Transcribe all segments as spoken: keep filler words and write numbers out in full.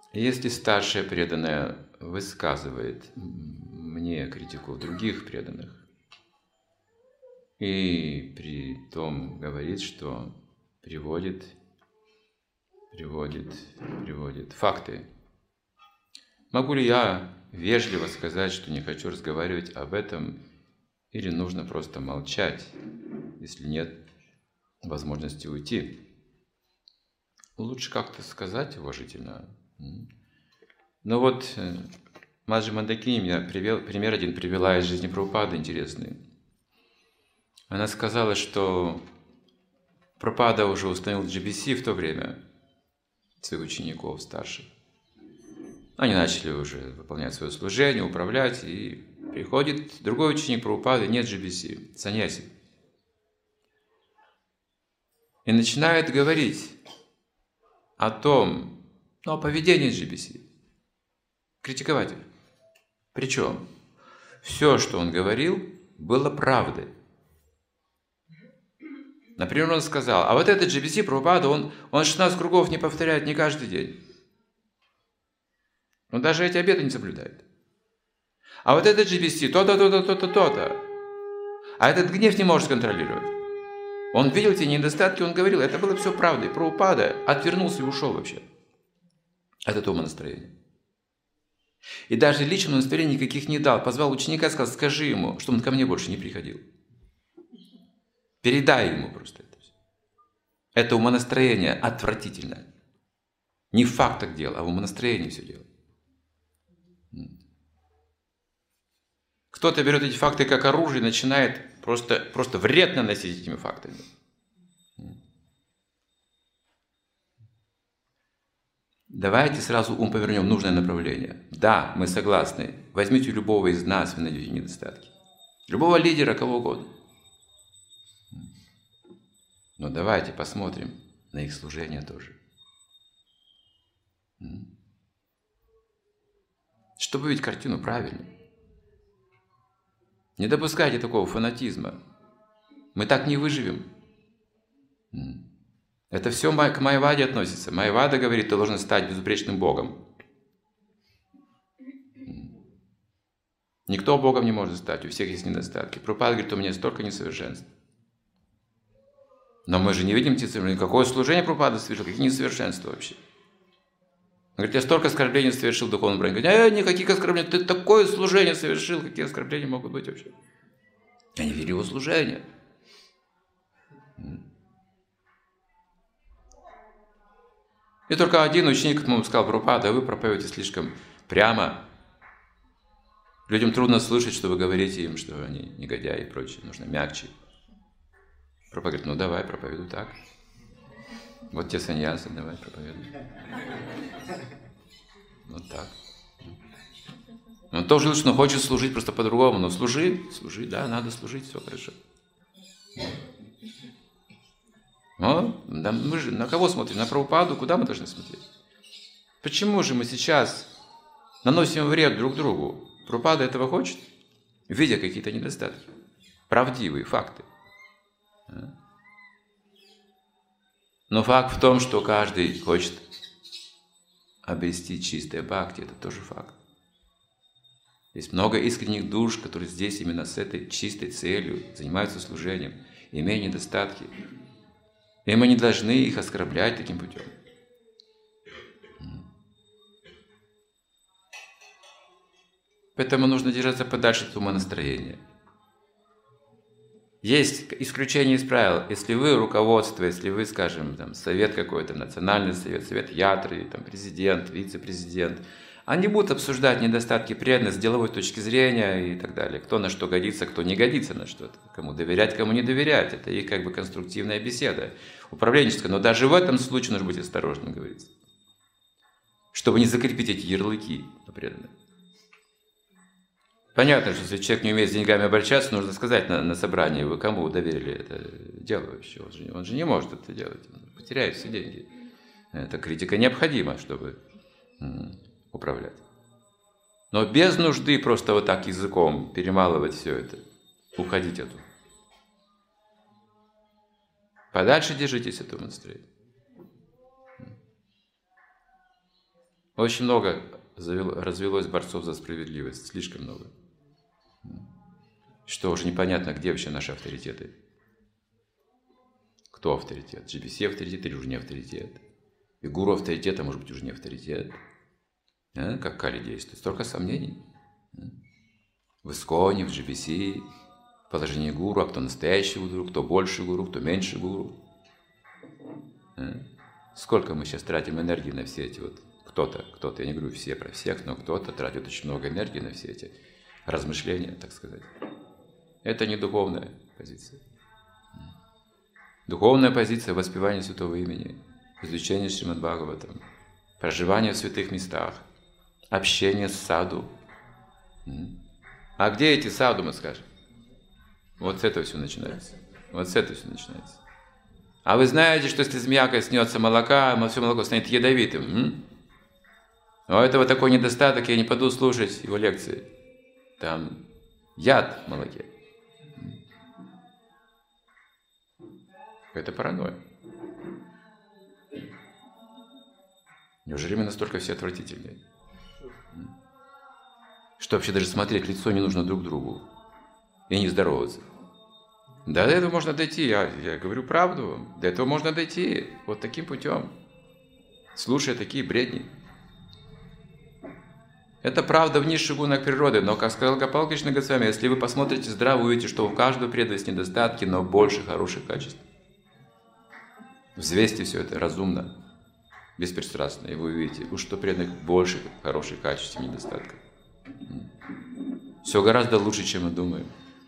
Если старшая преданная высказывает мне критику других преданных и при том говорит, что приводит, приводит, приводит факты, могу ли я вежливо сказать, что не хочу разговаривать об этом, или нужно просто молчать, если нет возможности уйти? Лучше как-то сказать уважительно. Но вот Маджи Мандакини меня привел, пример один привела из жизни Прабхупады интересный. Она сказала, что Прабхупада уже установил джи би си в то время своих учеников старших. Они начали уже выполнять свое служение, управлять, и приходит другой ученик Прабхупады, нет джи би си, саньяси. И начинает говорить о том, ну, о поведении джи би си, критиковать их. Причем все, что он говорил, было правдой. Например, он сказал, а вот этот джи би си Прабхупада, он, он шестнадцать кругов не повторяет не каждый день. Он даже эти обеты не соблюдает. А вот этот джи би си то-то, то-то, то-то, то-то. А этот гнев не может контролировать. Он видел эти недостатки, он говорил, это было все правдой. Прабхупада отвернулся и ушел вообще от этого настроения. И даже личного наставления никаких не дал. Позвал ученика и сказал, скажи ему, что он ко мне больше не приходил. Передай ему просто это все. Это умонастроение отвратительное. Не в фактах дело, а в умонастроении все дело. Кто-то берет эти факты как оружие и начинает просто, просто вред наносить этими фактами. Давайте сразу ум повернем в нужное направление. Да, мы согласны. Возьмите любого из нас, вы найдете недостатки. Любого лидера, кого угодно. Но давайте посмотрим на их служение тоже. Чтобы увидеть картину правильно. Не допускайте такого фанатизма. Мы так не выживем. Это все к Майяваде относится. Майявада говорит, ты должен стать безупречным Богом. Никто Богом не может стать, у всех есть недостатки. Прабхупада говорит, у меня столько несовершенств. Но мы же не видим несовершенства. Какое служение Прабхупада совершил, какие несовершенства вообще. Он говорит, я столько оскорблений совершил в духовном бранге. Говорит, а никаких оскорблений, ты такое служение совершил, какие оскорбления могут быть вообще. Я не верю в его служение. И только один ученик ему сказал, Прабхупада, вы проповедуете слишком прямо. Людям трудно слышать, что вы говорите им, что они негодяи и прочее. Нужно мягче. Прабхупада говорит, ну давай, проповедуй так. Вот те саньясы, давай, проповедуй. Вот так. Он тоже лучше, но хочет служить просто по-другому. Но служи, служи, да, надо служить, все хорошо. Но, да, мы же на кого смотрим? На Прабхупаду? Куда мы должны смотреть? Почему же мы сейчас наносим вред друг другу? Прабхупада этого хочет, видя какие-то недостатки. Правдивые факты. Но факт в том, что каждый хочет обрести чистое бхакти. Это тоже факт. Есть много искренних душ, которые здесь именно с этой чистой целью занимаются служением, имея недостатки. И мы не должны их оскорблять таким путем. Поэтому нужно держаться подальше от умонастроения. Есть исключение из правил. Если вы руководство, если вы, скажем, там, совет какой-то, национальный совет, совет ятры, там, президент, вице-президент, они будут обсуждать недостатки преданности с деловой точки зрения и так далее. Кто на что годится, кто не годится на что-то. Кому доверять, кому не доверять. Это их как бы конструктивная беседа, управленческая. Но даже в этом случае нужно быть осторожным, говорится. Чтобы не закрепить эти ярлыки на преданных. Понятно, что если человек не умеет с деньгами обращаться, нужно сказать на, на собрании, вы кому доверили это дело вообще. Он же, он же не может это делать, он потеряет все деньги. Эта критика необходима, чтобы м, управлять. Но без нужды просто вот так языком перемалывать все это, уходить оттуда. Подальше держитесь от этого настроения. Очень много развелось борцов за справедливость, слишком много. Что уже непонятно, где вообще наши авторитеты. Кто авторитет? джи би си авторитет или уже не авторитет? И гуру авторитета, может быть, уже не авторитет. А? Как Кали действует? Столько сомнений. В Исконе, в джи би си, положение гуру, а кто настоящий гуру, кто больше гуру, кто меньше гуру. А? Сколько мы сейчас тратим энергии на все эти вот... Кто-то, кто-то, я не говорю все про всех, но кто-то тратит очень много энергии на все эти размышления, так сказать. Это не духовная позиция. Духовная позиция – воспевание святого имени, изучение Шримад Бхагаватам, проживание в святых местах, общение с саду. А где эти саду, мы скажем? Вот с этого все начинается. Вот с этого все начинается. А вы знаете, что если змея коснется молока, все молоко станет ядовитым? М? У этого такой недостаток, я не пойду слушать его лекции. Там яд в молоке. Это паранойя. Неужели мы настолько все отвратительные? Что вообще даже смотреть в лицо не нужно друг другу и не здороваться. До этого можно дойти, я, я говорю правду, до этого можно дойти вот таким путем, слушая такие бредни. Это правда в низших гунах природы, но, как сказал Гопал Кришна Госвами, если вы посмотрите здраво, увидите, что у каждого преданного есть недостатки, но больше хороших качеств. Взвесьте все это разумно, беспристрастно, и вы увидите, уж что преданных больше хороших качеств, чем недостатков. Все гораздо лучше, чем мы думаем.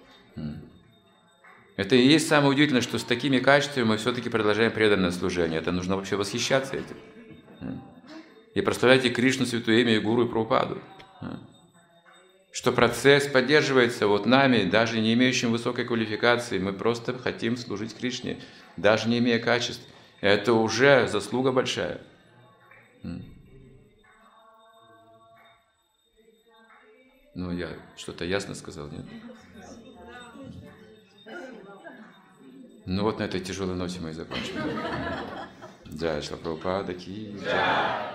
Это и есть самое удивительное, что с такими качествами мы все-таки продолжаем преданное служение. Это нужно вообще восхищаться этим. И прославляйте Кришну, Святое Имя, и Гуру, и Прабхупаду. Что процесс поддерживается вот нами, даже не имеющим высокой квалификации. Мы просто хотим служить Кришне, даже не имея качеств. Это уже заслуга большая. Ну, я что-то ясно сказал, нет? Ну вот на этой тяжелой ноте мы и закончим. Джай Шрила Прабхупада ки джай.